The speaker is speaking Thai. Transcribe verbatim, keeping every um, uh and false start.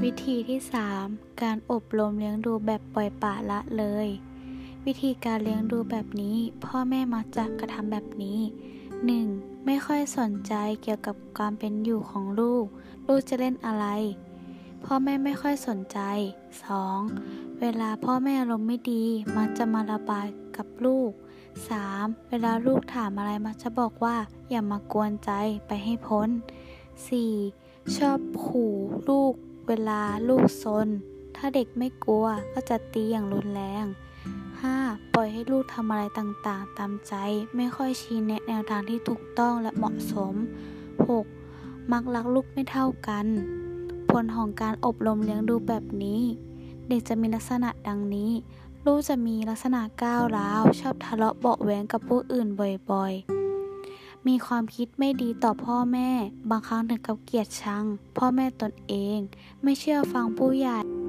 วิธีที่สามการอบรมเลี้ยงดูแบบปล่อยปละละเลยวิธีการเลี้ยงดูแบบนี้พ่อแม่มักจะกระทำแบบนี้ หนึ่ง. ไม่ค่อยสนใจเกี่ยวกับการเป็นอยู่ของลูกลูกจะเล่นอะไรพ่อแม่ไม่ค่อยสนใจ สอง. เวลาพ่อแม่อารมณ์ไม่ดีมักจะมาระบายกับลูก สาม. เวลาลูกถามอะไรมักจะบอกว่าอย่ามากวนใจไปให้พ้น สี่. ชอบขู่ลูกเวลาลูกซนถ้าเด็กไม่กลัวก็จะตีอย่างรุนแรง ห้า. ปล่อยให้ลูกทำอะไรต่างๆตามใจไม่ค่อยชี้แนะแนวทางที่ถูกต้องและเหมาะสม หก. มักรักลูกไม่เท่ากันผลของการอบรมเลี้ยงดูแบบนี้เด็กจะมีลักษณะดังนี้ลูกจะมีลักษณะก้าวร้าวชอบทะเลาะเบาะแว้งกับผู้อื่นบ่อยๆมีความคิดไม่ดีต่อพ่อแม่บางครั้งถึงกับเกลียดชังพ่อแม่ตนเองไม่เชื่อฟังผู้ใหญ่